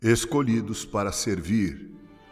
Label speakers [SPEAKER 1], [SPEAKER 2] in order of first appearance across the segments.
[SPEAKER 1] Escolhidos para servir.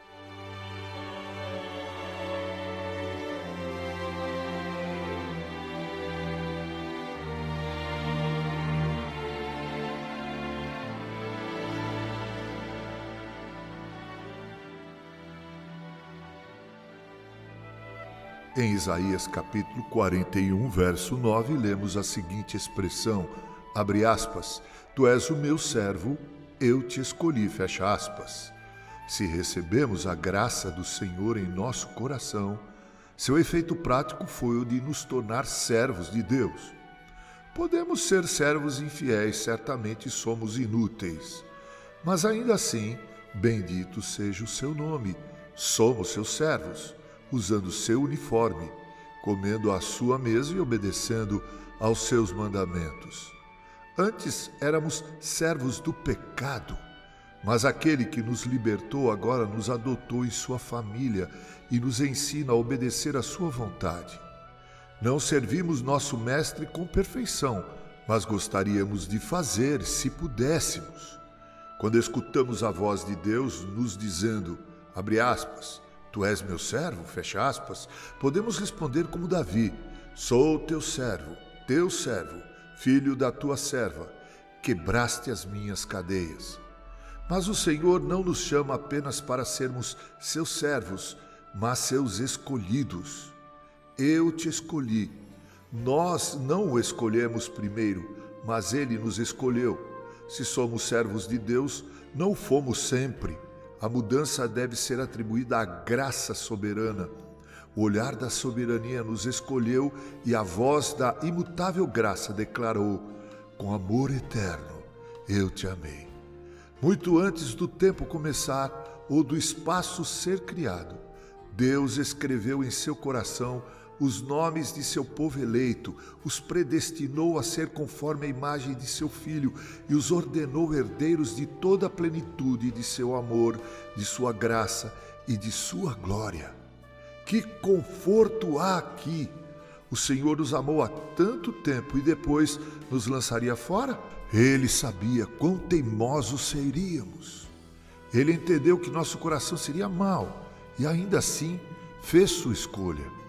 [SPEAKER 1] Em Isaías capítulo 41, verso 9, lemos a seguinte expressão, abre aspas, Tu és o meu servo, eu te escolhi, fecha aspas. Se recebemos a graça do Senhor em nosso coração, seu efeito prático foi o de nos tornar servos de Deus. Podemos ser servos infiéis, certamente somos inúteis, mas ainda assim, bendito seja o seu nome, somos seus servos, usando seu uniforme, comendo à sua mesa e obedecendo aos seus mandamentos. Antes éramos servos do pecado, mas aquele que nos libertou agora nos adotou em sua família e nos ensina a obedecer à sua vontade. Não servimos nosso mestre com perfeição, mas gostaríamos de fazer se pudéssemos. Quando escutamos a voz de Deus nos dizendo, abre aspas, Tu és meu servo, fecha aspas, podemos responder como Davi, sou teu servo, filho da tua serva, quebraste as minhas cadeias. Mas o Senhor não nos chama apenas para sermos seus servos, mas seus escolhidos. Eu te escolhi. Nós não o escolhemos primeiro, mas ele nos escolheu. Se somos servos de Deus, não o fomos sempre. A mudança deve ser atribuída à graça soberana. O olhar da soberania nos escolheu e a voz da imutável graça declarou, com amor eterno, eu te amei. Muito antes do tempo começar ou do espaço ser criado, Deus escreveu em seu coração os nomes de seu povo eleito, os predestinou a ser conforme a imagem de seu Filho e os ordenou herdeiros de toda a plenitude de seu amor, de sua graça e de sua glória. Que conforto há aqui! O Senhor nos amou há tanto tempo e depois nos lançaria fora? Ele sabia quão teimosos seríamos. Ele entendeu que nosso coração seria mau e ainda assim fez sua escolha.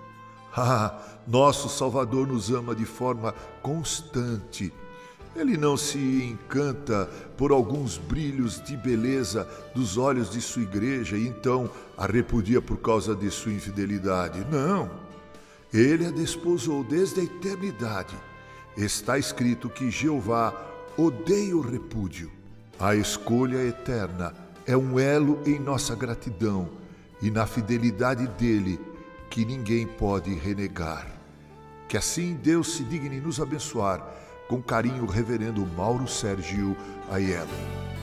[SPEAKER 1] Nosso Salvador nos ama de forma constante. Ele não se encanta por alguns brilhos de beleza dos olhos de sua igreja e então a repudia por causa de sua infidelidade. Não. Ele a desposou desde a eternidade. Está escrito que Jeová odeia o repúdio. A escolha eterna é um elo em nossa gratidão e na fidelidade dele que ninguém pode renegar. Que assim Deus se digne nos abençoar. Com carinho, Reverendo Mauro Sérgio Aiello.